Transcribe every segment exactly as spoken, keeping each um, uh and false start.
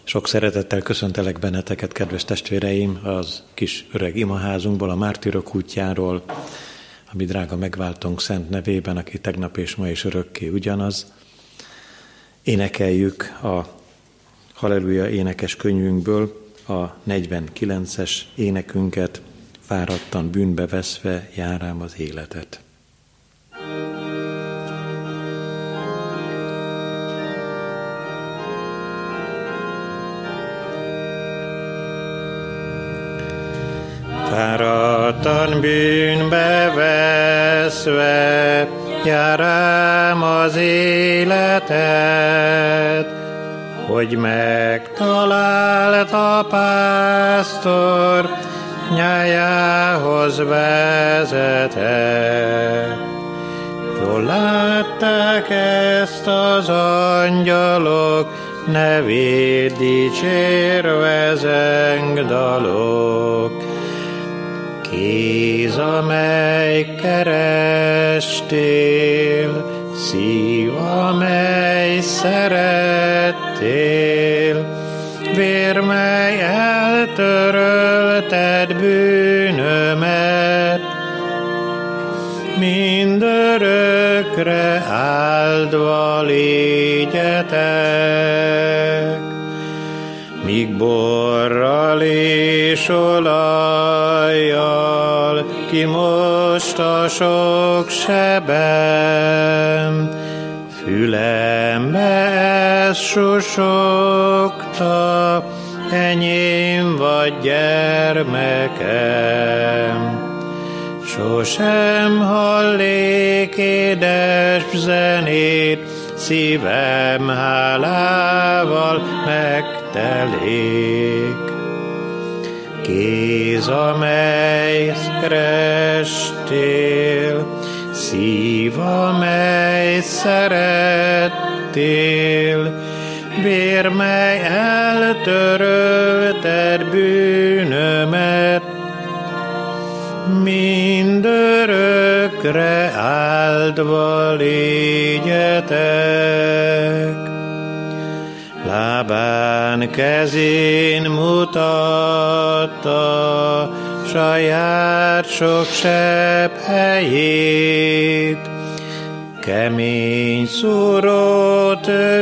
Sok szeretettel köszöntelek benneteket, kedves testvéreim, az kis öreg imaházunkból, a Mártírok útjáról, ami drága megváltónk szent nevében, aki tegnap és ma és örökké ugyanaz. Énekeljük a Halleluja énekes könyvünkből a negyvenkilences énekünket, fáradtan bűnbe veszve járám az életet. Fáradtan bűnbe veszve járám az életet, hogy megtalált a pásztor, nyájához vezetett. Jól látták ezt az angyalok, nevét dicsérve zengdalok. Kéz, amely kerestél, szív, amely szerettél, vér, mely eltörölted bűnömet, mindörökre áldva légyetek. Míg borral és olajjal kimost a sok sebem, fülembe ez susogta, enyém vagy gyermekem. Sosem hallék édes zenét, szívem hálával megtelik. Kéz, amely kerestél, szív, amely szerettél, vér, mely eltörölted bűnömet, mindörökre áldva légyetek. Lábán kezén mutatta saját sok seb helyét, kemény szúró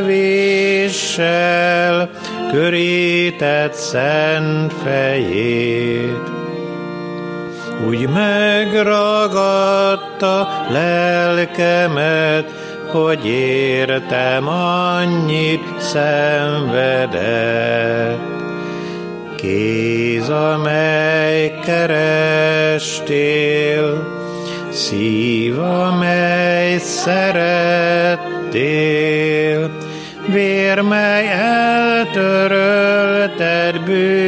tövéssel körített szent fejét. Úgy megragadta lelkemet, hogy értem, annyit szenvedett. Kéz, amely kerestél, szív, amely szerettél, vér, mely eltörölted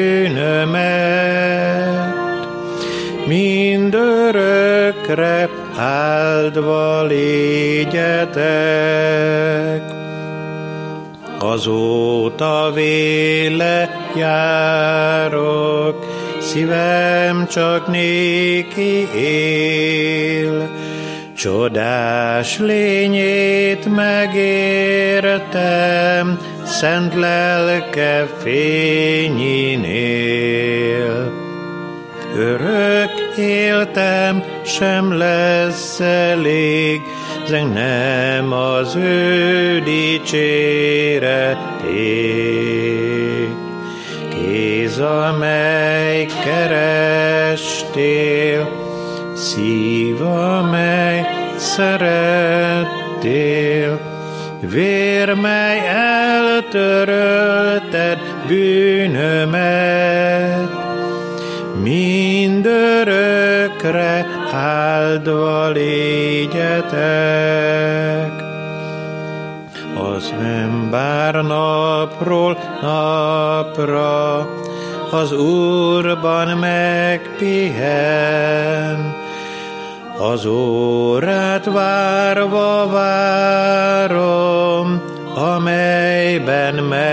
bűnömet, mindörökre áldva légyetek. Azóta véle járok, szívem csak néki él, csodás lényét megértem, szent lelke fényénél. Örök éltem, sem lesz elég, zeng nem az ő dicséreték. Kéz, amely kerestél, szív, amely szerettél, vér, mely eltörölted bűnömet, mindörökre áldva légyetek. Az ember napról napra az Úrban megpihen, az órát várva várom, amelyben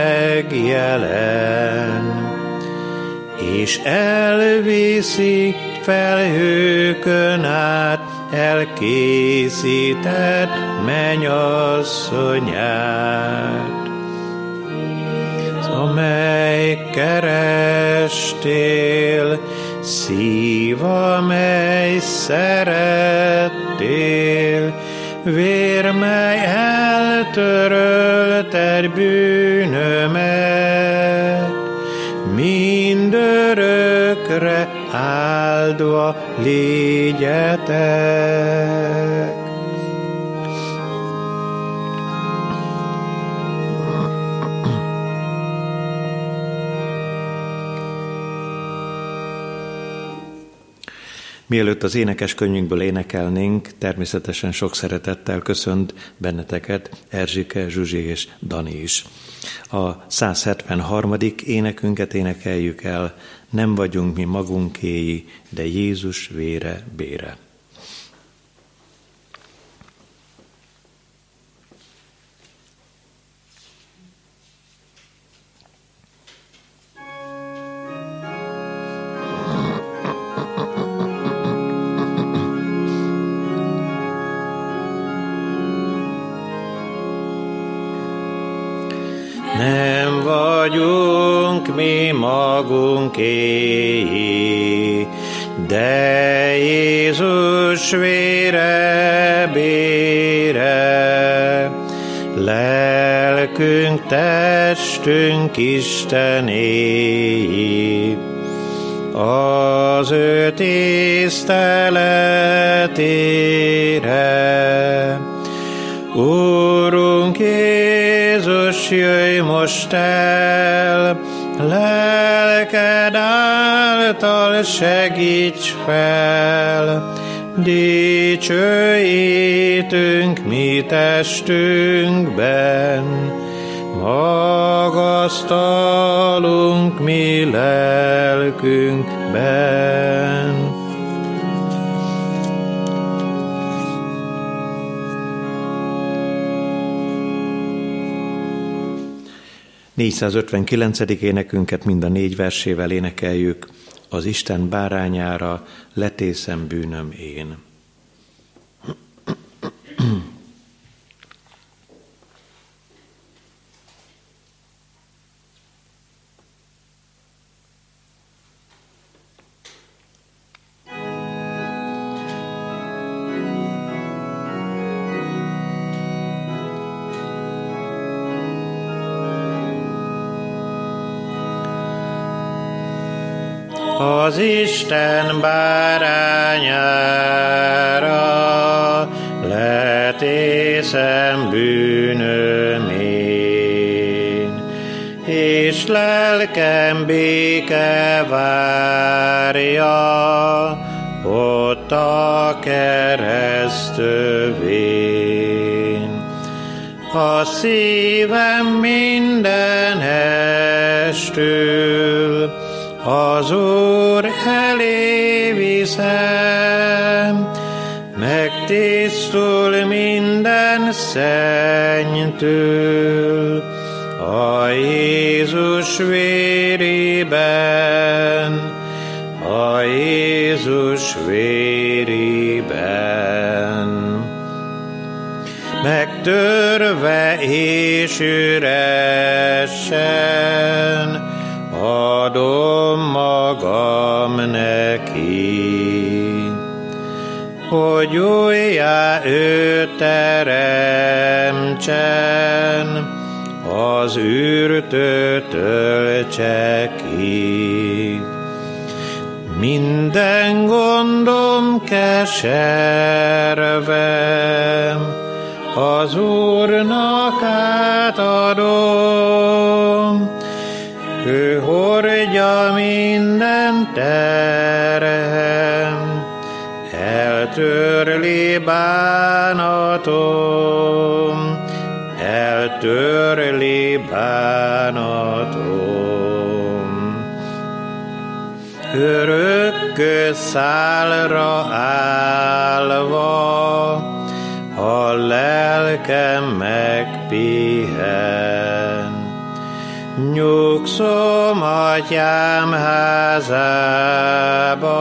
megjelen, és elviszi felhőkön át elkészített mennyasszonyát. Amely még kerestél, szíva, mely szerettél, vér, mely eltörölted bűnömet, mindörökre áldva légyetek. Mielőtt az énekeskönyvünkből énekelnénk, természetesen sok szeretettel köszönt benneteket Erzsike, Zsuzsi és Dani is. A száz hetvenharmadik énekünket énekeljük el, nem vagyunk mi magunkéi, de Jézus vére bére. Nem vagyunk mi magunkéi, de Jézus vére bére, lelkünk, testünk Istenéi, az ő tiszteletére. Úrunk Jézus, jöjj most el, lelked által segíts fel, dicsőítünk mi testünkben, magasztalunk mi lelkünkben. négyszázötvenkilencedik énekünket mind a négy versével énekeljük, az Isten bárányára letészem bűnöm én. Az Isten bárányára letészem bűnöm én, és lelkem béke várja ott a keresztövén. A szívem minden estül az Úr elé viszem, megtisztul minden szennytől, a Jézus vérében, a Jézus vérében. Megtörve és üresen adom magam neki, hogy újjá ő teremtsen, az űrtől töltse ki. Minden gondom keservem, az Úrnak átadom, ő hordja minden terhem, eltörli bánatom, eltörli bánatom. Örökkö szálra állva, a lelkem megpihen. Nyugszom atyám házába,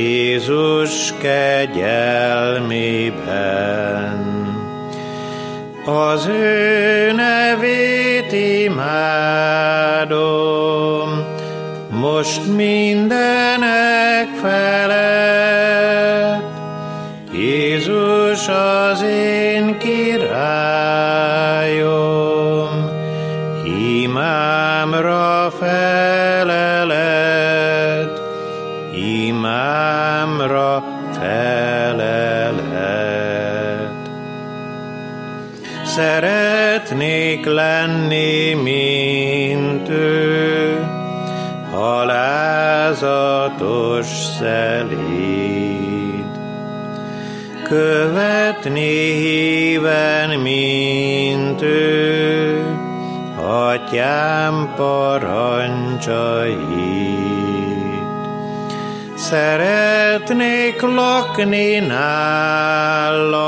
Jézus kegyelmében. Az ő nevét imádom, most mindenek felett. Jézus az én királyom, imámra felelet, imámra felelet. Szeretnék lenni, mint ő, alázatos, szelíd. Követni híven, mint ő, atyám parancsait. Szeretnék lakni nála,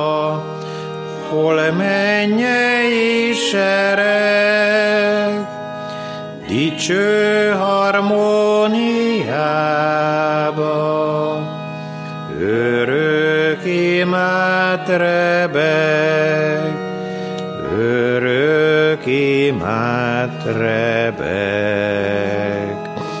hol mennyei sereg, dicső harmóniába, örök imád rebeg, örök imád rebeg.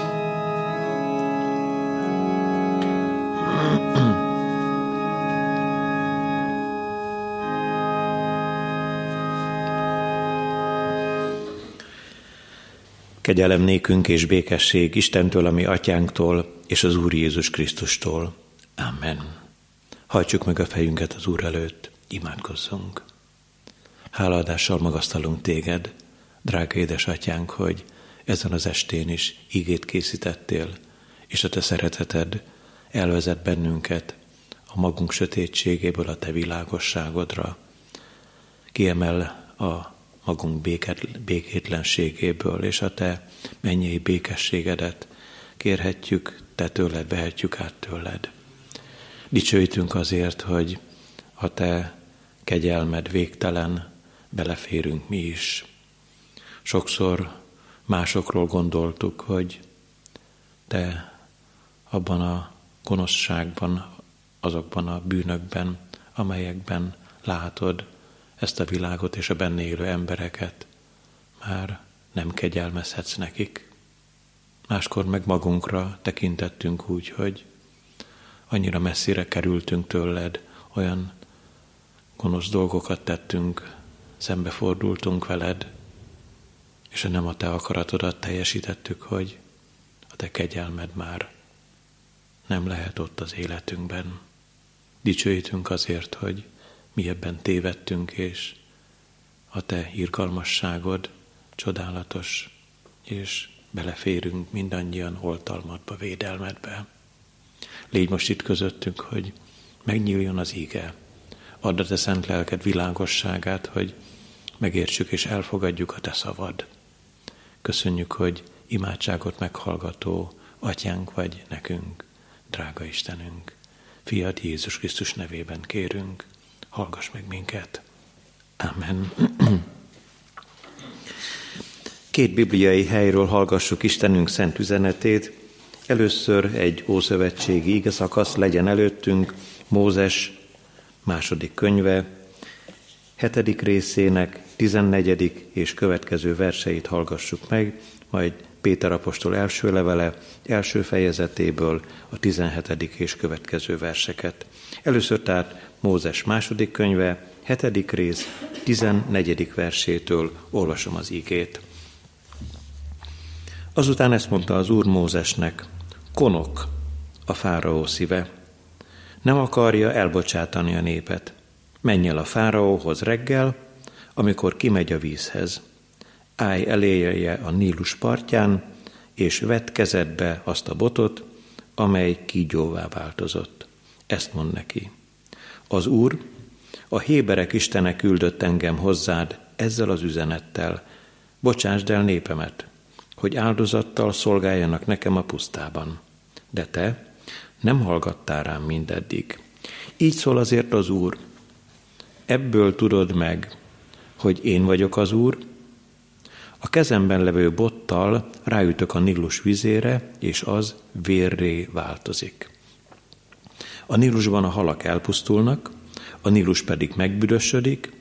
Kegyelem nékünk és békesség Istentől, a mi atyánktól, és az Úr Jézus Krisztustól. Amen. Hajtsuk meg a fejünket az Úr előtt, imádkozzunk. Hálaadással magasztalunk téged, drága édesatyánk, hogy ezen az estén is ígét készítettél, és a te szereteted elvezet bennünket a magunk sötétségéből a te világosságodra. Kiemel a magunk béket, békétlenségéből, és a te mennyei békességedet kérhetjük, te tőled, vehetjük át tőled. Dicsőítünk azért, hogy a te kegyelmed végtelen, beleférünk mi is. Sokszor másokról gondoltuk, hogy te abban a gonoszságban, azokban a bűnökben, amelyekben látod ezt a világot és a benne élő embereket, már nem kegyelmezhetsz nekik. Máskor meg magunkra tekintettünk úgy, hogy annyira messzire kerültünk tőled, olyan gonosz dolgokat tettünk, szembefordultunk veled, és nem a te akaratodat teljesítettük, hogy a te kegyelmed már nem lehet ott az életünkben. Dicsőítünk azért, hogy mi ebben tévedtünk, és a te irgalmasságod csodálatos, és beleférünk mindannyian oltalmadba, védelmedbe. Légy most itt közöttünk, hogy megnyíljon az íge. Add a te szent lelked világosságát, hogy megértsük és elfogadjuk a te szavad. Köszönjük, hogy imádságot meghallgató atyánk vagy nekünk, drága Istenünk. Fiad Jézus Krisztus nevében kérünk, hallgass meg minket. Amen. Két bibliai helyről hallgassuk Istenünk szent üzenetét. Először egy ószövetségi igeszakasz legyen előttünk, Mózes második könyve, hetedik részének tizennegyedik és következő verseit hallgassuk meg, majd Péter apostol első levele első fejezetéből a tizenhetedik és következő verseket. Először tehát Mózes második könyve, hetedik rész, tizennegyedik versétől olvasom az ígét. Azután ezt mondta az Úr Mózesnek: konok a fáraó szíve, nem akarja elbocsátani a népet. Menj el a fáraóhoz reggel, amikor kimegy a vízhez. Állj eléje a Nílus partján, és vedd kezedbe azt a botot, amely kígyóvá változott. Ezt mond neki: az Úr, a héberek istene küldött engem hozzád ezzel az üzenettel: bocsásd el népemet, hogy áldozattal szolgáljanak nekem a pusztában. De te nem hallgattál rám mindeddig. Így szól azért az Úr: ebből tudod meg, hogy én vagyok az Úr. A kezemben levő bottal ráütök a Nílus vizére, és az vérré változik. A Nílusban a halak elpusztulnak, a Nílus pedig megbüdösödik,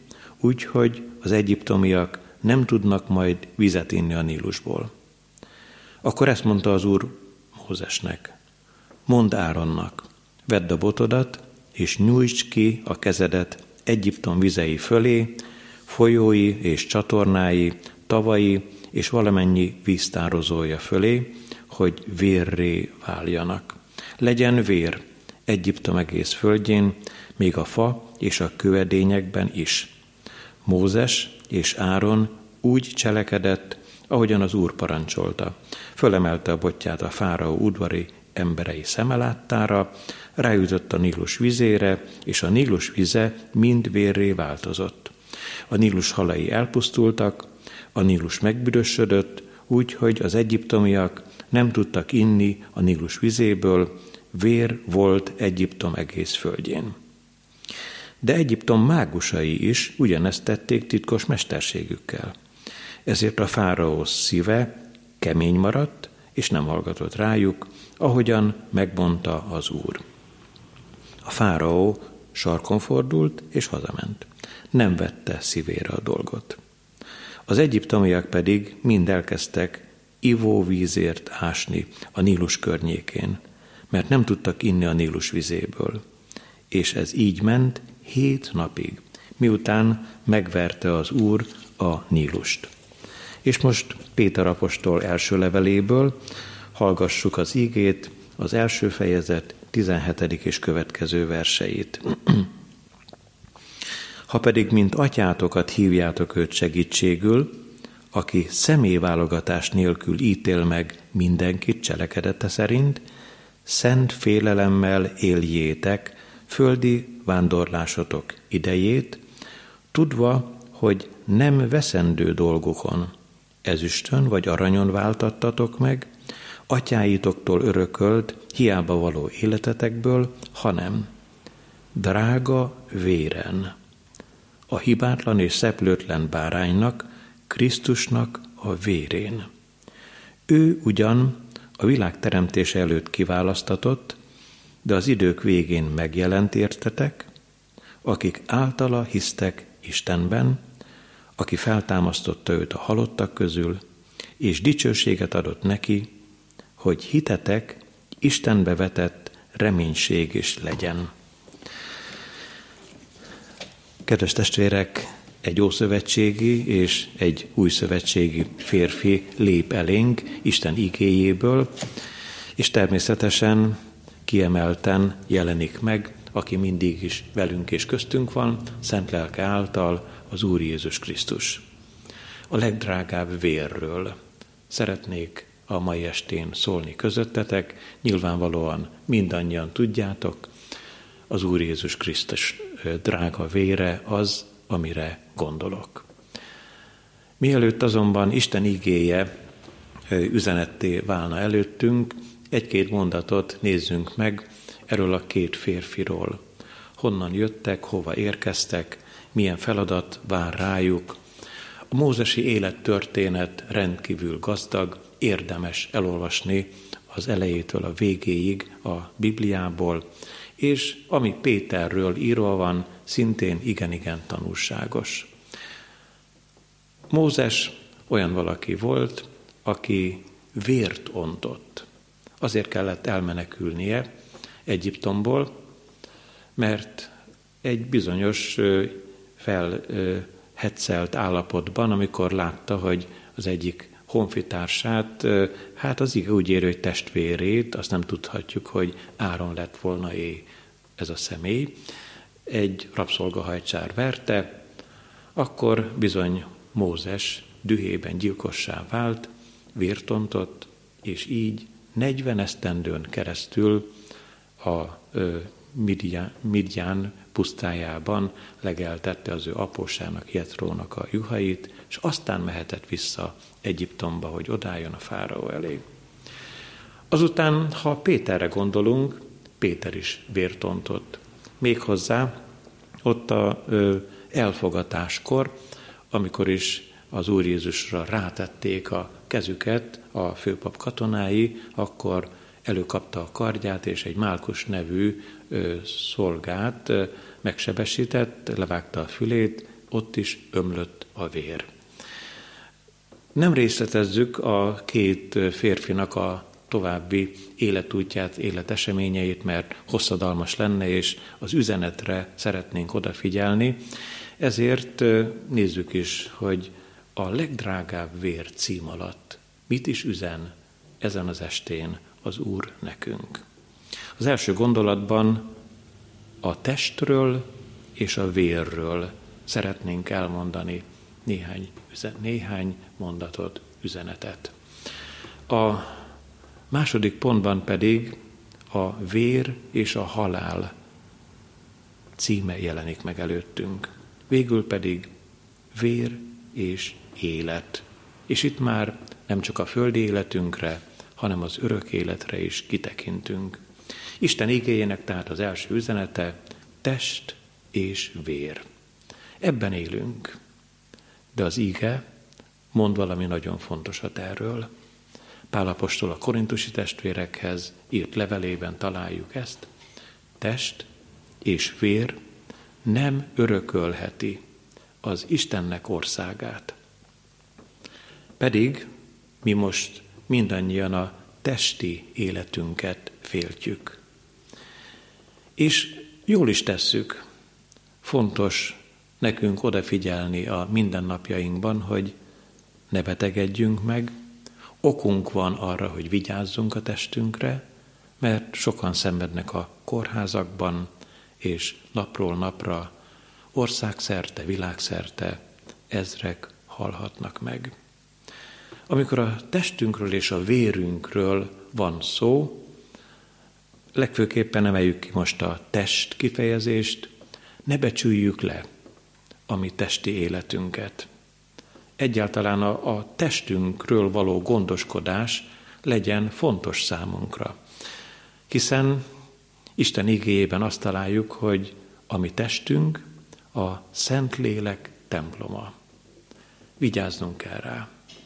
úgyhogy az egyiptomiak nem tudnak majd vizet inni a Nílusból. Akkor ezt mondta az Úr Mózesnek: mondd Áronnak, vedd a botodat, és nyújtsd ki a kezedet Egyiptom vizei fölé, folyói és csatornái, tavai és valamennyi víztározója fölé, hogy vérré váljanak. Legyen vér Egyiptom egész földjén, még a fa és a kőedényekben is. Mózes és Áron úgy cselekedett, ahogyan az Úr parancsolta. Fölemelte a botját a fáraó udvari emberei szeme láttára, ráütött a Nílus vizére, és a Nílus vize mind vérré változott. A Nílus halai elpusztultak, a Nílus megbüdösödött, úgy, hogy az egyiptomiak nem tudtak inni a Nílus vizéből, vér volt Egyiptom egész földjén. De Egyiptom mágusai is ugyanezt tették titkos mesterségükkel. Ezért a fáraó szíve kemény maradt, és nem hallgatott rájuk, ahogyan megmondta az Úr. A fáraó sarkon fordult, és hazament. Nem vette szívére a dolgot. Az egyiptomiak pedig mind elkezdtek ivóvízért ásni a Nílus környékén, mert nem tudtak inni a Nílus vizéből. És ez így ment hét napig, miután megverte az Úr a Nílust. És most Péter apostol első leveléből hallgassuk az ígét, az első fejezet tizenhetedik és következő verseit. Ha pedig mint atyátokat hívjátok őt segítségül, aki személyválogatás nélkül ítél meg mindenkit cselekedete szerint, szent félelemmel éljétek földi vándorlásotok idejét, tudva, hogy nem veszendő dolgokon, ezüstön vagy aranyon váltattatok meg, atyáitoktól örökölt, hiába való életetekből, hanem drága véren, a hibátlan és szeplőtlen báránynak, Krisztusnak a vérén. Ő ugyan a világ teremtése előtt kiválasztatott, de az idők végén megjelent értetek, akik általa hisztek Istenben, aki feltámasztotta őt a halottak közül, és dicsőséget adott neki, hogy hitetek Istenbe vetett reménység is legyen. Kedves testvérek, egy ószövetségi és egy újszövetségi férfi lép elénk Isten igéjéből, és természetesen kiemelten jelenik meg, aki mindig is velünk és köztünk van, szent lelke által, az Úr Jézus Krisztus. A legdrágább vérről szeretnék a mai estén szólni közöttetek, nyilvánvalóan mindannyian tudjátok, az Úr Jézus Krisztus drága vére az, amire gondolok. Mielőtt azonban Isten igéje üzenetté válna előttünk, egy-két mondatot nézzünk meg erről a két férfiról. Honnan jöttek, hova érkeztek, milyen feladat vár rájuk. A mózesi élettörténet rendkívül gazdag, érdemes elolvasni az elejétől a végéig a Bibliából, és ami Péterről írva van, szintén igen-igen tanulságos. Mózes olyan valaki volt, aki vért ontott. Azért kellett elmenekülnie Egyiptomból, mert egy bizonyos felhetszelt állapotban, amikor látta, hogy az egyik honfitársát, hát az ige úgy ér, hogy testvérét, azt nem tudhatjuk, hogy Áron lett volna é ez a személy, egy rabszolgahajcsár verte, akkor bizony Mózes dühében gyilkossá vált, vért ontott, és így negyven esztendőn keresztül a Midján, Midján pusztájában legeltette az ő apósának, Jetrónak a juhait, és aztán mehetett vissza Egyiptomba, hogy odálljon a fáraó elé. Azután, ha Péterre gondolunk, Péter is vért ontott. Méghozzá ott a ö, elfogatáskor, amikor is az Úr Jézusra rátették a kezüket a főpap katonái, akkor előkapta a kardját, és egy Málkus nevű ö, szolgát ö, megsebesített, levágta a fülét, ott is ömlött a vér. Nem részletezzük a két férfinak a további életútját, életeseményeit, mert hosszadalmas lenne, és az üzenetre szeretnénk odafigyelni. Ezért nézzük is, hogy a legdrágább vér cím alatt mit is üzen ezen az estén az Úr nekünk. Az első gondolatban a testről és a vérről szeretnénk elmondani néhány, néhány mondatot, üzenetet. A második pontban pedig a vér és a halál címe jelenik meg előttünk. Végül pedig vér és élet. És itt már nem csak a földi életünkre, hanem az örök életre is kitekintünk. Isten igéjének tehát az első üzenete test és vér. Ebben élünk. De az íge mond valami nagyon fontosat erről. Pál apostol a korintusi testvérekhez írt levelében találjuk ezt. Test és vér nem örökölheti az Istennek országát. Pedig mi most mindannyian a testi életünket féltjük. És jól is tesszük. Fontos nekünk odafigyelni a mindennapjainkban, hogy ne betegedjünk meg. Okunk van arra, hogy vigyázzunk a testünkre, mert sokan szenvednek a kórházakban, és napról napra országszerte, világszerte ezrek halhatnak meg. Amikor a testünkről és a vérünkről van szó, legfőképpen emeljük ki most a test kifejezést, ne becsüljük le a mi testi életünket. Egyáltalán a, a testünkről való gondoskodás legyen fontos számunkra. Hiszen Isten igéjében azt találjuk, hogy a mi testünk a Szentlélek temploma. Vigyáznunk kell rá.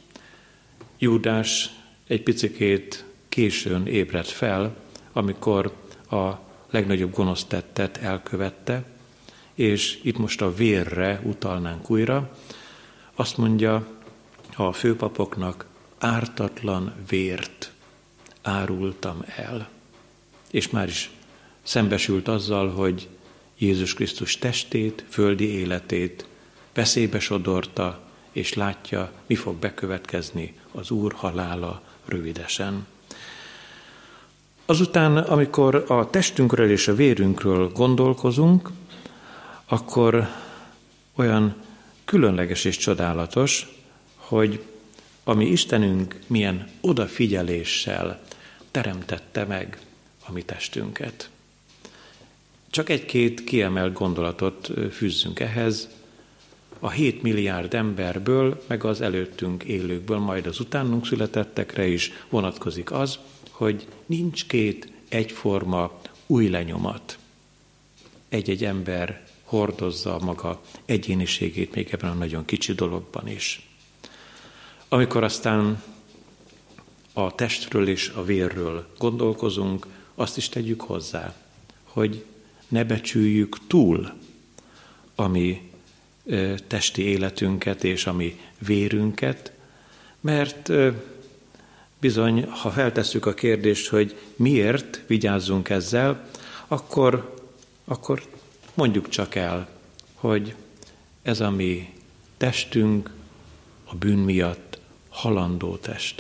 Júdás egy picikét későn ébredt fel, amikor a legnagyobb gonosz tettet elkövette, és itt most a vérre utalnánk újra. Azt mondja a főpapoknak, ártatlan vért árultam el. És már is szembesült azzal, hogy Jézus Krisztus testét, földi életét veszélybe sodorta, és látja, mi fog bekövetkezni, az Úr halála rövidesen. Azután, amikor a testünkről és a vérünkről gondolkozunk, akkor olyan különleges és csodálatos, hogy a mi Istenünk milyen odafigyeléssel teremtette meg a mi testünket. Csak egy-két kiemelt gondolatot fűzzünk ehhez. A hét milliárd emberből, meg az előttünk élőkből, majd az utánunk születettekre is vonatkozik az, hogy nincs két egyforma új lenyomat. Egy-egy ember hordozza maga egyéniségét még ebben a nagyon kicsi dologban is. Amikor aztán a testről és a vérről gondolkozunk, azt is tegyük hozzá, hogy ne becsüljük túl a mi testi életünket és a mi vérünket, mert bizony, ha feltesszük a kérdést, hogy miért vigyázzunk ezzel, akkor, akkor mondjuk csak el, hogy ez a mi testünk a bűn miatt halandó test.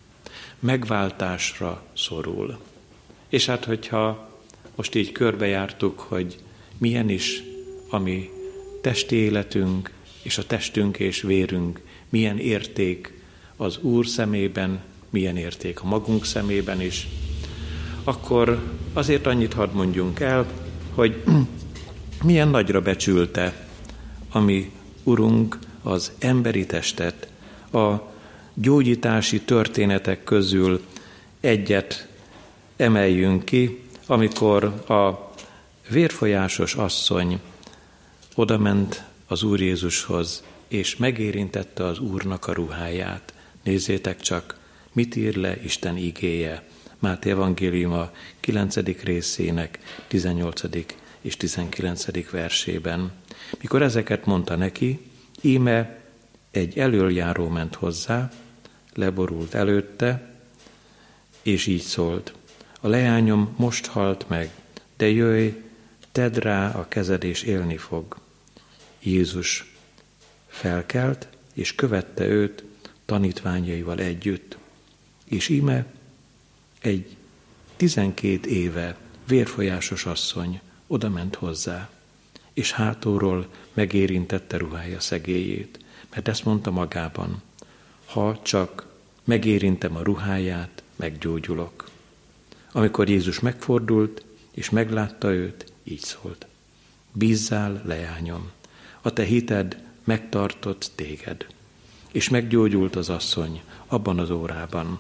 Megváltásra szorul. És hát, hogyha most így körbejártuk, hogy milyen is a mi testi életünk, és a testünk és vérünk, milyen érték az Úr szemében, milyen érték a magunk szemében is, akkor azért annyit hadd mondjunk el, hogy milyen nagyra becsülte a mi Urunk az emberi testet. A gyógyítási történetek közül egyet emeljünk ki, amikor a vérfolyásos asszony odament az Úr Jézushoz, és megérintette az Úrnak a ruháját. Nézzétek csak, mit ír le Isten igéje. Máté evangéliuma kilencedik részének tizennyolcadik és tizenkilencedik versében. Mikor ezeket mondta neki, íme egy elöljáró ment hozzá, leborult előtte, és így szólt: a leányom most halt meg, de jöjj, tedd rá a kezed, és élni fog. Jézus felkelt, és követte őt tanítványaival együtt. És íme egy tizenkét éve vérfolyásos asszony odament hozzá, és hátulról megérintette ruhája szegélyét, mert ezt mondta magában: ha csak megérintem a ruháját, meggyógyulok. Amikor Jézus megfordult, és meglátta őt, így szólt: bízzál, leányom, a te hited megtartott téged. És meggyógyult az asszony abban az órában.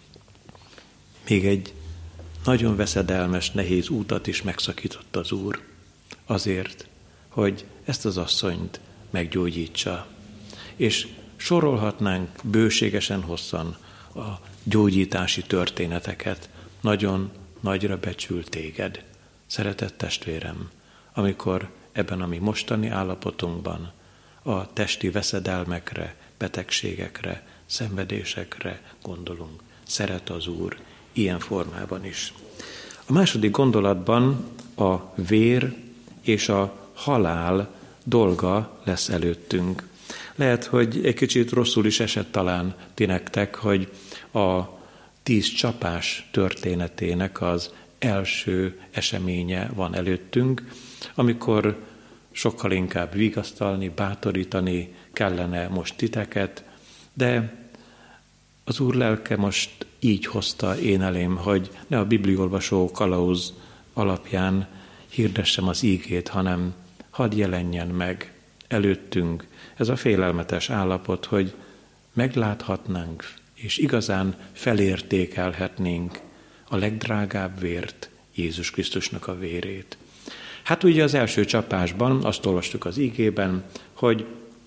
Még egy nagyon veszedelmes, nehéz útat is megszakított az Úr, azért, hogy ezt az asszonyt meggyógyítsa. És sorolhatnánk bőségesen hosszan a gyógyítási történeteket. Nagyon nagyra becsül téged, szeretett testvérem, amikor ebben a mi mostani állapotunkban a testi veszedelmekre, betegségekre, szenvedésekre gondolunk. Szeret az Úr ilyen formában is. A második gondolatban a vér és a halál dolga lesz előttünk. Lehet, hogy egy kicsit rosszul is esett talán ti nektek, hogy a tíz csapás történetének az első eseménye van előttünk, amikor sokkal inkább vigasztalni, bátorítani kellene most titeket, de az Úr lelke most így hozta én elém, hogy ne a bibliolvasó kalauz alapján hirdessem az ígét, hanem hadd jelenjen meg előttünk ez a félelmetes állapot, hogy megláthatnánk, és igazán felértékelhetnénk a legdrágább vért, Jézus Krisztusnak a vérét. Hát ugye az első csapásban azt olvastuk az ígében, hogy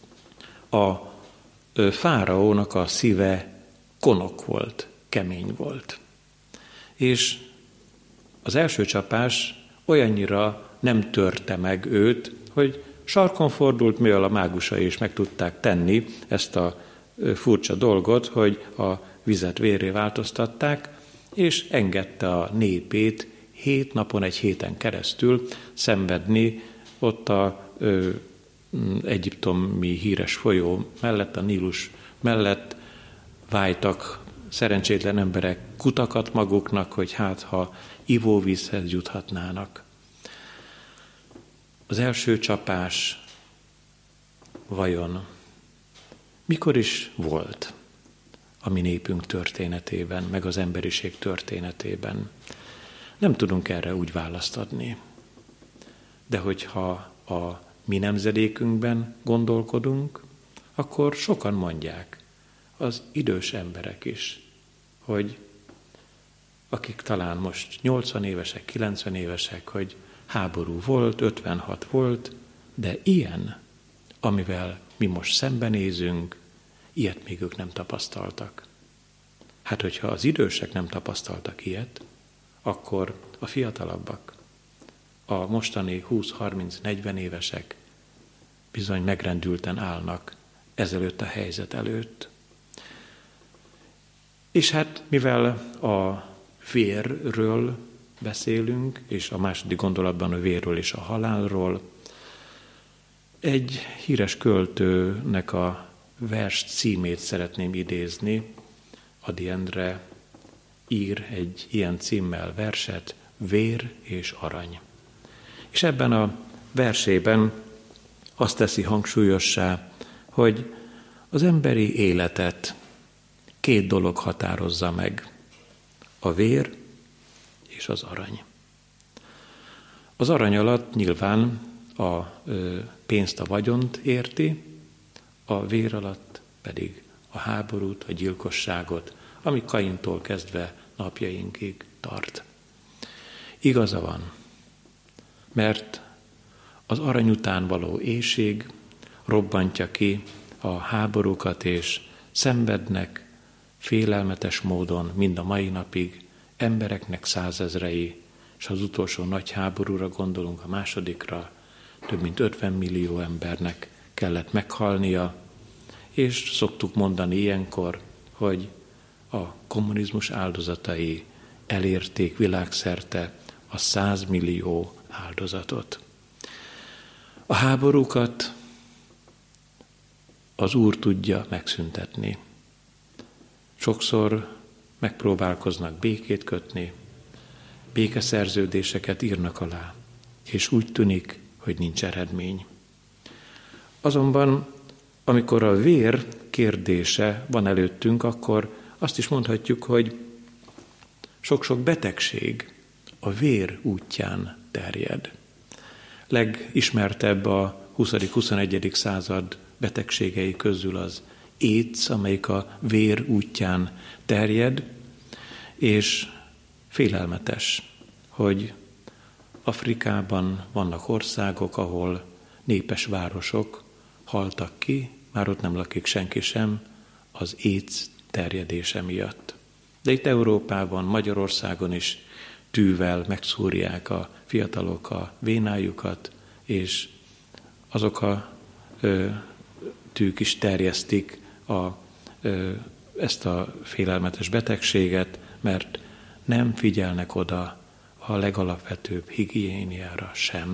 a fáraónak a szíve konok volt, kemény volt. És az első csapás olyannyira nem törte meg őt, hogy sarkon fordult, mivel a mágusai is meg tudták tenni ezt a furcsa dolgot, hogy a vizet vérré változtatták, és engedte a népét hét napon, egy héten keresztül szenvedni ott a ö, egyiptomi híres folyó mellett, a Nílus mellett. Vájtak szerencsétlen emberek kutakat maguknak, hogy hát ha ivóvízhez juthatnának. Az első csapás vajon mikor is volt a mi népünk történetében, meg az emberiség történetében? Nem tudunk erre úgy választ adni. De hogyha a mi nemzedékünkben gondolkodunk, akkor sokan mondják, az idős emberek is, hogy akik talán most nyolcvan évesek, kilencven évesek, hogy háború volt, ötvenhat volt, de ilyen, amivel mi most szembenézünk, ilyet még ők nem tapasztaltak. Hát, hogyha az idősek nem tapasztaltak ilyet, akkor a fiatalabbak, a mostani húsz, harminc, negyven évesek bizony megrendülten állnak ezelőtt a helyzet előtt. És hát, mivel a vérről beszélünk, és a második gondolatban a vérről és a halálról, egy híres költőnek a vers címét szeretném idézni. Ady Endre ír egy ilyen címmel verset, Vér és arany. És ebben a versében azt teszi hangsúlyossá, hogy az emberi életet két dolog határozza meg, a vér és az arany. Az arany alatt nyilván a pénzt, a vagyont érti, a vér alatt pedig a háborút, a gyilkosságot, ami Kaintól kezdve napjainkig tart. Igaza van, mert az arany után való éhség robbantja ki a háborúkat, és szenvednek félelmetes módon mind a mai napig embereknek százezrei és az utolsó nagy háborúra gondolunk, a másodikra, több mint ötven millió embernek kellett meghalnia, és szoktuk mondani ilyenkor, hogy a kommunizmus áldozatai elérték világszerte a száz millió áldozatot. A háborúkat az Úr tudja megszüntetni. Sokszor megpróbálkoznak békét kötni, békeszerződéseket írnak alá, és úgy tűnik, hogy nincs eredmény. Azonban, amikor a vér kérdése van előttünk, akkor azt is mondhatjuk, hogy sok-sok betegség a vér útján terjed. Legismertebb a huszadik-huszonegyedik század betegségei közül az AIDS, amelyik a vér útján terjed, és félelmetes, hogy Afrikában vannak országok, ahol népes városok haltak ki, már ott nem lakik senki sem az AIDS terjedése miatt. De itt Európában, Magyarországon is tűvel megszúrják a fiatalok a vénájukat, és azok a ö, tűk is terjesztik a, ö, ezt a félelmetes betegséget, mert nem figyelnek oda a legalapvetőbb higiéniára sem.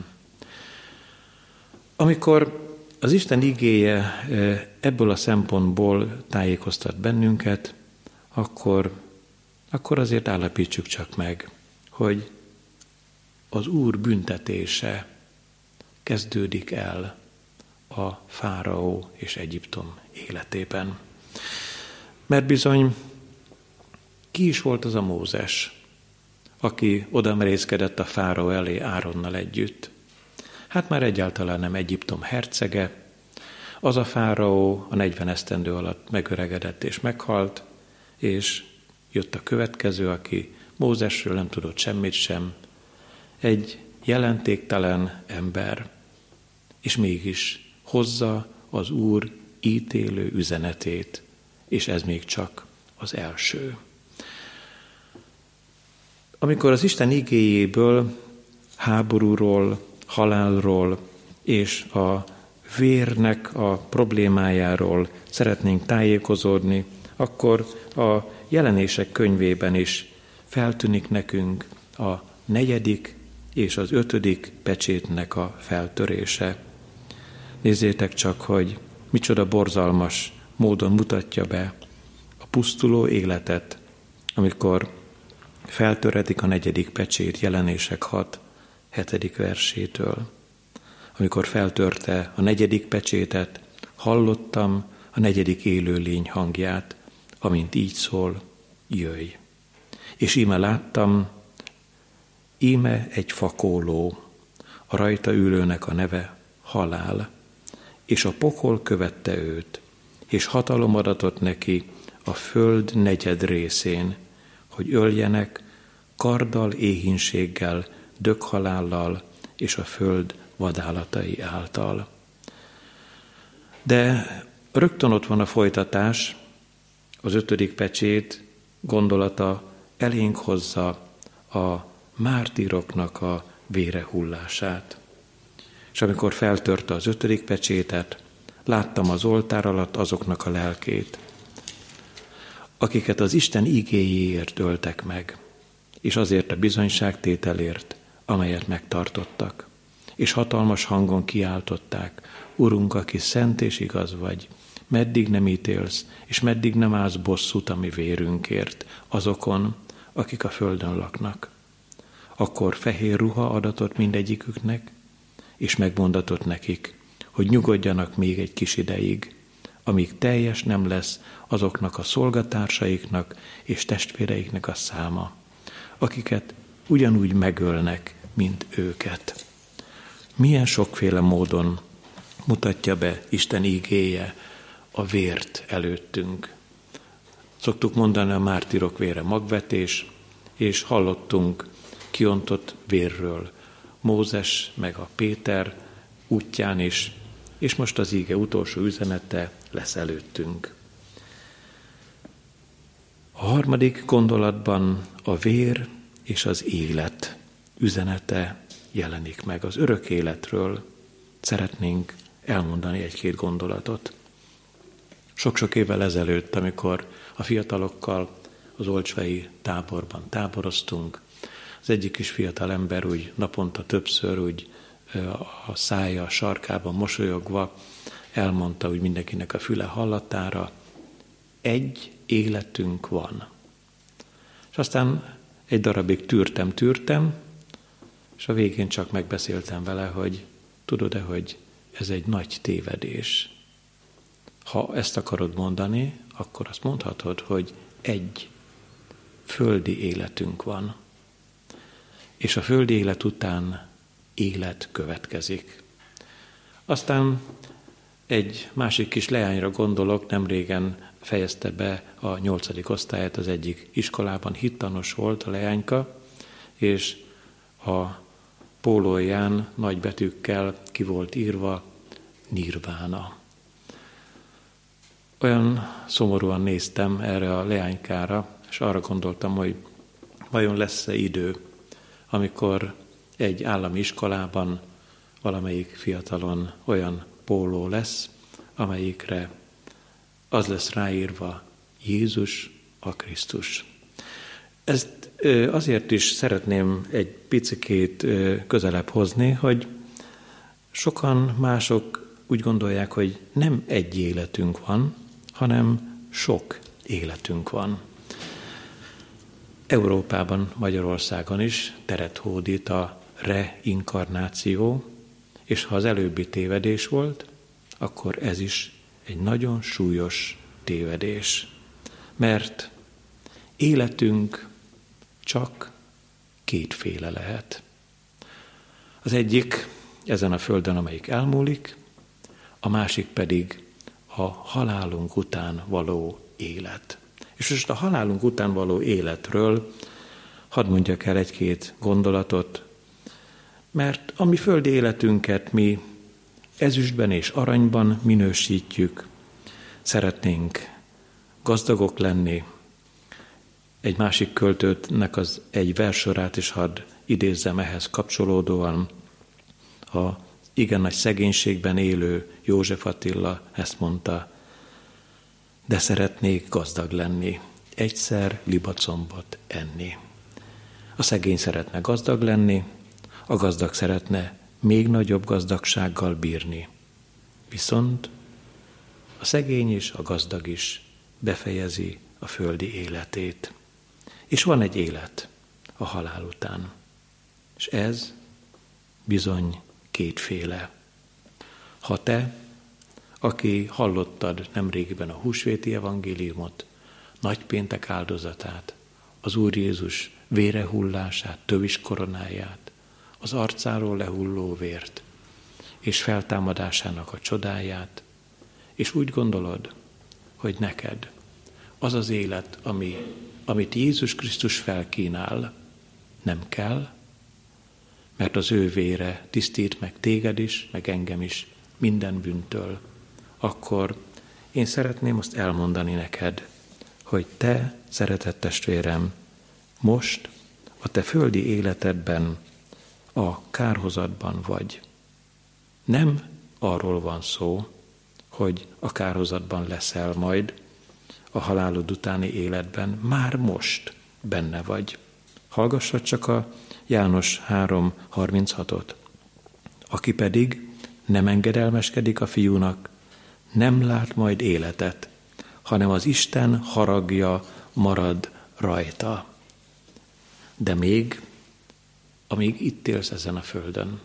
Amikor az Isten igéje ebből a szempontból tájékoztat bennünket, akkor, akkor azért állapítsuk csak meg, hogy az Úr büntetése kezdődik el a fáraó és Egyiptom életében. Mert bizony, ki is volt az a Mózes, aki oda merészkedett a fáraó elé Áronnal együtt? Hát már egyáltalán nem Egyiptom hercege. Az a fáraó a negyven esztendő alatt megöregedett és meghalt, és jött a következő, aki Mózesről nem tudott semmit sem. Egy jelentéktelen ember, és mégis hozza az Úr ítélő üzenetét, és ez még csak az első. Amikor az Isten igéjéből háborúról, halálról és a vérnek a problémájáról szeretnénk tájékozódni, akkor a Jelenések könyvében is feltűnik nekünk a negyedik és az ötödik pecsétnek a feltörése. Nézzétek csak, hogy micsoda borzalmas módon mutatja be a pusztuló életet, amikor feltöredik a negyedik pecsét, Jelenések hat hetedik versétől. Amikor feltörte a negyedik pecsétet, hallottam a negyedik élőlény hangját, amint így szól, jöjj. És íme láttam, íme egy fakóló, a rajta ülőnek a neve Halál, és a pokol követte őt, és hatalom adatott neki a föld negyed részén, hogy öljenek karddal, éhínséggel, dökhalállal és a föld vadállatai által. De rögtön ott van a folytatás, az ötödik pecsét gondolata elénk hozza a mártíroknak a vére hullását. És amikor feltörte az ötödik pecsétet, láttam az oltár alatt azoknak a lelkét, akiket az Isten igéjéért öltek meg, és azért a bizonyságtételért, amelyet megtartottak. És hatalmas hangon kiáltották, Urunk, aki szent és igaz vagy, meddig nem ítélsz, és meddig nem állsz bosszút a mi vérünkért, azokon, akik a földön laknak. Akkor fehér ruha adatott mindegyiküknek, és megmondatott nekik, hogy nyugodjanak még egy kis ideig, amíg teljes nem lesz azoknak a szolgatársaiknak és testvéreiknek a száma, akiket ugyanúgy megölnek, mint őket. Milyen sokféle módon mutatja be Isten igéje a vért előttünk. Szoktuk mondani, a mártírok vére magvetés, és hallottunk kiontott vérről Mózes meg a Péter útján is, és most az íge utolsó üzenete lesz előttünk. A harmadik gondolatban a vér és az élet üzenete jelenik meg. Az örök életről szeretnénk elmondani egy-két gondolatot. Sok-sok évvel ezelőtt, amikor a fiatalokkal az olcsvai táborban táboroztunk, az egyik kis fiatal ember úgy naponta többször úgy a szája a sarkában mosolyogva elmondta úgy mindenkinek a füle hallatára, egy életünk van. És aztán egy darabig tűrtem, tűrtem, és a végén csak megbeszéltem vele, hogy tudod-e, hogy ez egy nagy tévedés. Ha ezt akarod mondani, akkor azt mondhatod, hogy egy földi életünk van, és a földi élet után élet következik. Aztán egy másik kis leányra gondolok, nemrégen fejezte be a nyolcadik osztályát az egyik iskolában, hittanos volt a leányka, és a pólóján nagy betűkkel ki volt írva Nirvána. Olyan szomorúan néztem erre a leánykára, és arra gondoltam, hogy vajon lesz-e idő, amikor egy állami iskolában valamelyik fiatalon olyan póló lesz, amelyikre az lesz ráírva Jézus a Krisztus. Ezt azért is szeretném egy picikét közelebb hozni, hogy sokan mások úgy gondolják, hogy nem egy életünk van, hanem sok életünk van. Európában, Magyarországon is teret hódít a reinkarnáció, és ha az előbbi tévedés volt, akkor ez is egy nagyon súlyos tévedés. Mert életünk csak kétféle lehet. Az egyik ezen a földön, amelyik elmúlik, a másik pedig a halálunk után való élet. És most a halálunk után való életről hadd mondjak el egy-két gondolatot, mert a mi földi életünket mi ezüstben és aranyban minősítjük, szeretnénk gazdagok lenni. Egy másik költőnek az egy verssorát is hadd idézzem ehhez kapcsolódóan. A igen nagy szegénységben élő József Attila ezt mondta, de szeretnék gazdag lenni, egyszer libacombot enni. A szegény szeretne gazdag lenni, a gazdag szeretne még nagyobb gazdagsággal bírni. Viszont a szegény is, a gazdag is befejezi a földi életét. És van egy élet a halál után. És ez bizony kétféle. Ha te, aki hallottad nemrégiben a húsvéti evangéliumot, nagypéntek áldozatát, az Úr Jézus vére hullását, tövis koronáját, az arcáról lehulló vért, és feltámadásának a csodáját, és úgy gondolod, hogy neked az az élet, ami, amit Jézus Krisztus felkínál, nem kell, mert az ő vére tisztít meg téged is, meg engem is minden bűntől, akkor én szeretném azt elmondani neked, hogy te, szeretett testvérem, most a te földi életedben a kárhozatban vagy. Nem arról van szó, hogy a kárhozatban leszel majd a halálod utáni életben, már most benne vagy. Hallgassad csak a János három harminchatot. Aki pedig nem engedelmeskedik a fiúnak, nem lát majd életet, hanem az Isten haragja marad rajta. De még, amíg itt élsz ezen a földön,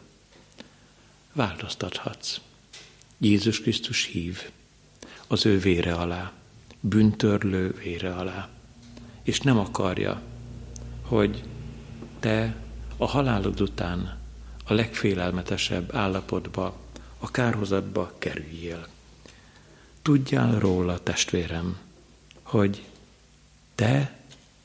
változtathatsz. Jézus Krisztus hív az ő vére alá, bűntörlő vére alá, és nem akarja, hogy te a halálod után a legfélelmetesebb állapotba, a kárhozatba kerüljél. Tudjál róla, testvérem, hogy te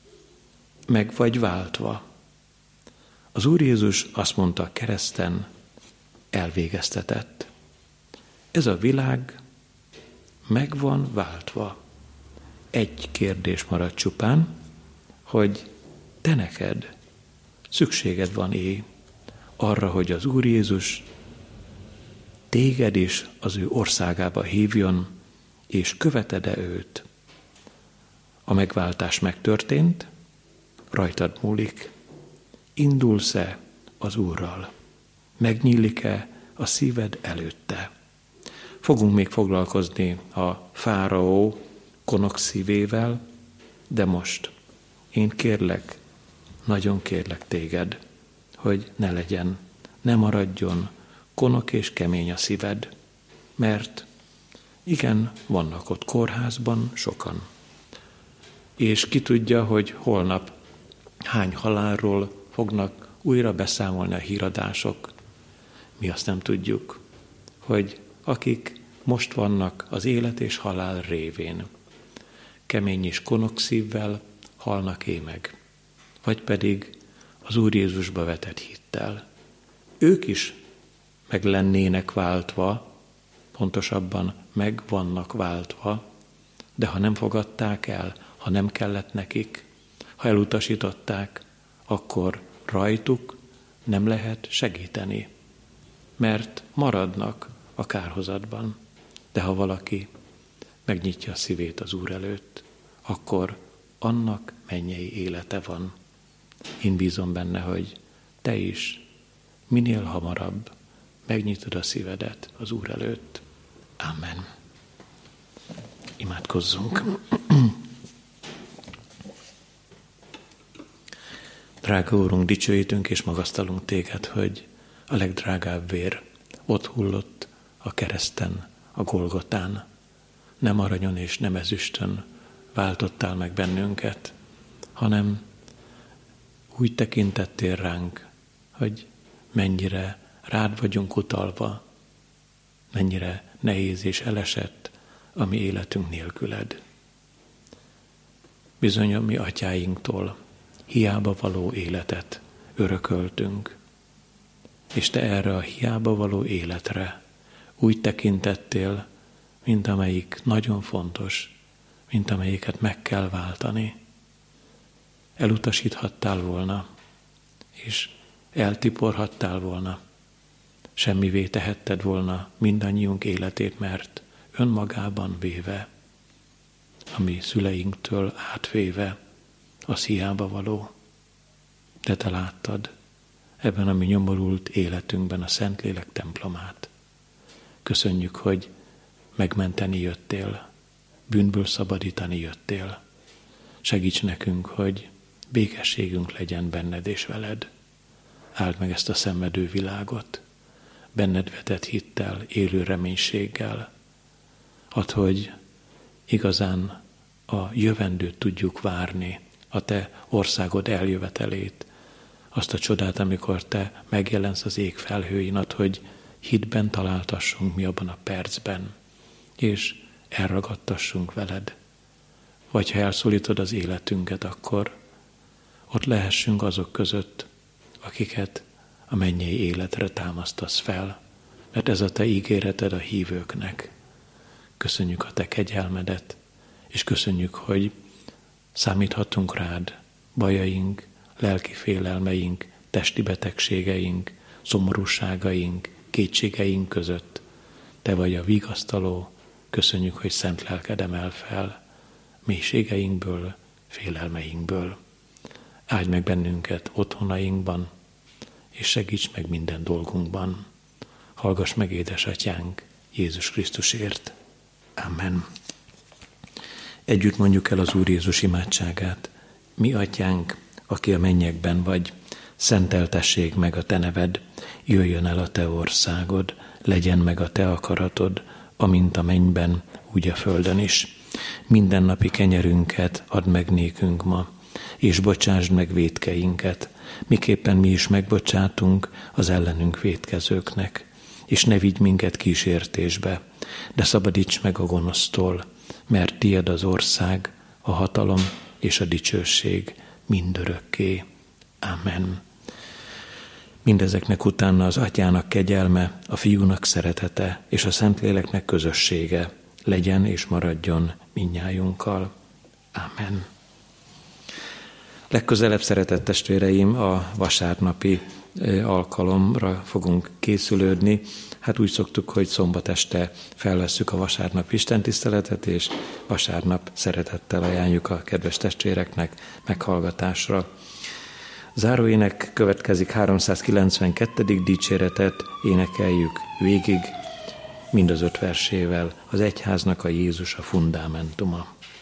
meg vagy váltva. Az Úr Jézus azt mondta a kereszten, elvégeztetett. Ez a világ meg van váltva. Egy kérdés marad csupán, hogy te neked szükséged van é arra, hogy az Úr Jézus téged is az ő országába hívjon, és követed-e őt? A megváltás megtörtént, rajtad múlik, indulsz-e az Úrral? Megnyílik-e a szíved előtte? Fogunk még foglalkozni a fáraó konok szívével, de most én kérlek, nagyon kérlek téged, hogy ne legyen, ne maradjon konok és kemény a szíved, mert igen, vannak ott kórházban sokan. És ki tudja, hogy holnap hány halálról fognak újra beszámolni a híradások. Mi azt nem tudjuk, hogy akik most vannak az élet és halál révén, kemény és konok szívvel halnak-e meg, vagy pedig az Úr Jézusba vetett hittel. Ők is meg lennének váltva, pontosabban meg vannak váltva, de ha nem fogadták el, ha nem kellett nekik, ha elutasították, akkor rajtuk nem lehet segíteni, mert maradnak a kárhozatban. De ha valaki megnyitja a szívét az Úr előtt, akkor annak mennyei élete van. Én bízom benne, hogy te is minél hamarabb megnyitod a szívedet az Úr előtt. Amen. Imádkozzunk. Drága Úrunk, dicsőítünk és magasztalunk téged, hogy a legdrágább vér ott hullott a kereszten, a Golgotán. Nem aranyon és nem ezüstön váltottál meg bennünket, hanem úgy tekintettél ránk, hogy mennyire rád vagyunk utalva, mennyire nehéz és elesett a mi életünk nélküled. Bizony a mi atyáinktól hiába való életet örököltünk, és te erre a hiába való életre úgy tekintettél, mint amelyik nagyon fontos, mint amelyiket meg kell váltani. Elutasíthattál volna, és eltiporhattál volna, semmivé tehetted volna mindannyiunk életét, mert önmagában véve, a mi szüleinktől átvéve, az hiába való. De te láttad ebben a mi nyomorult életünkben a Szentlélek templomát. Köszönjük, hogy megmenteni jöttél, bűnből szabadítani jöttél. Segíts nekünk, hogy békességünk legyen benned és veled. Áld meg ezt a szenvedő világot, benned vetett hittel, élő reménységgel. Add, hogy igazán a jövendőt tudjuk várni, a te országod eljövetelét, azt a csodát, amikor te megjelensz az ég felhőin, add, hogy hitben találtassunk mi abban a percben, és elragadtassunk veled. Vagy ha elszólítod az életünket, akkor ott lehessünk azok között, akiket a mennyei életre támasztasz fel, mert ez a te ígéreted a hívőknek. Köszönjük a te kegyelmedet, és köszönjük, hogy számíthatunk rád bajaink, lelki félelmeink, testi betegségeink, szomorúságaink, kétségeink között. Te vagy a vigasztaló, köszönjük, hogy szent lelked emel fel mélységeinkből, félelmeinkből. Áldj meg bennünket otthonainkban, és segíts meg minden dolgunkban. Hallgass meg, édesatyánk, Jézus Krisztusért. Amen. Együtt mondjuk el az Úr Jézus imádságát. Mi atyánk, aki a mennyekben vagy, szenteltessék meg a te neved, jöjjön el a te országod, legyen meg a te akaratod, amint a mennyben, úgy a földön is. Mindennapi kenyerünket add meg nékünk ma, és bocsásd meg vétkeinket, miképpen mi is megbocsátunk az ellenünk vétkezőknek. És ne vigy minket kísértésbe, de szabadíts meg a gonosztól, mert tied az ország, a hatalom és a dicsőség mindörökké. Amen. Mindezeknek utána az Atyának kegyelme, a Fiúnak szeretete és a Szentléleknek közössége legyen és maradjon mindnyájunkkal. Amen. Legközelebb, szeretett testvéreim, a vasárnapi alkalomra fogunk készülődni. Hát úgy szoktuk, hogy szombat este felvesszük a vasárnap istentiszteletet, és vasárnap szeretettel ajánljuk a kedves testvéreknek meghallgatásra. Záróének következik, háromszázkilencvenkettedik dicséretet énekeljük végig, mind az öt versével, az egyháznak a Jézus a fundamentuma.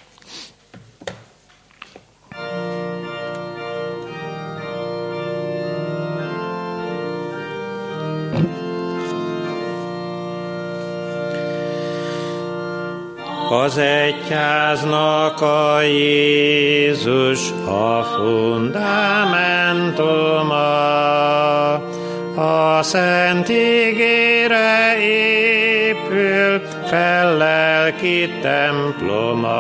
Az egyháznak a Jézus a fundamentuma, a szent ígére épül fel lelki temploma.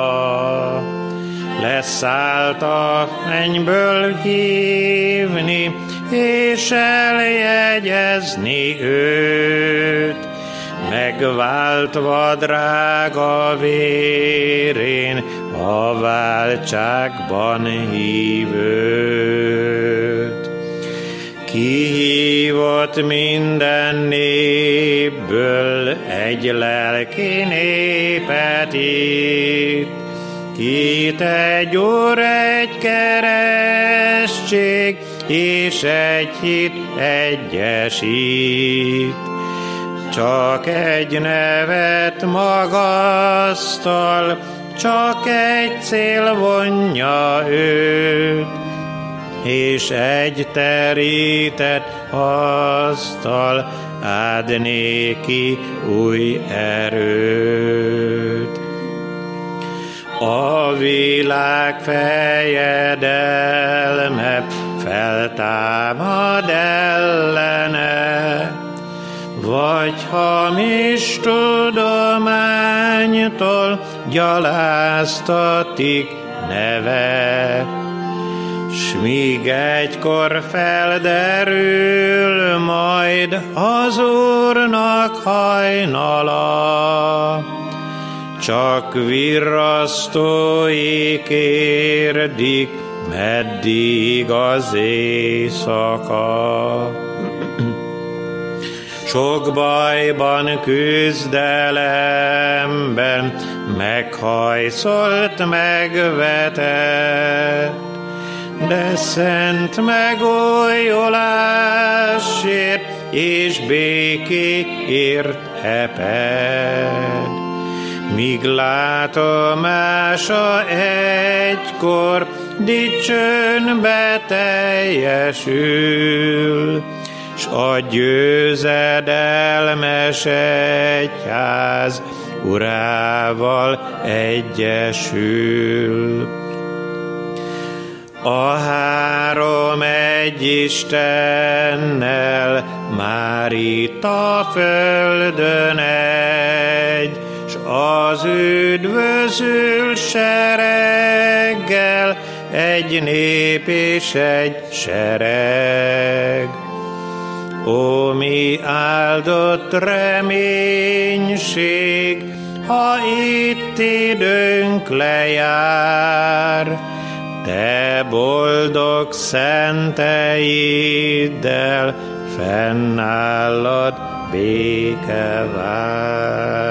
Leszállt a mennyből hívni, és eljegyezni őt, megváltva drága vérén a váltságban hívőt. Kihívott minden népből egy lelki népet itt, kit egy Úr, egy keresztség és egy hit egyesít. Csak egy nevet magasztal, csak egy cél vonja őt, és egy terített asztal ad néki új erőt. A világ fejedelme feltámad ellene, vagy hamis tudománytól gyaláztatik neve. S míg egykor felderül majd az Úrnak hajnala, csak virrasztói kérdik, meddig az éjszaka. Sok bajban, küzdelemben meghajszolt, megvetett, de szent megújulásért és békéért eped. Míg látomása egykor dicsőnbe teljesül, s a győzedelmes egyház urával egyesül. A három egy Istennel már itt a földön egy, s az üdvözül sereggel egy nép és egy sereg. Ó, mi áldott reménység, ha itt időnk lejár, te boldog szenteiddel fennállad békevár.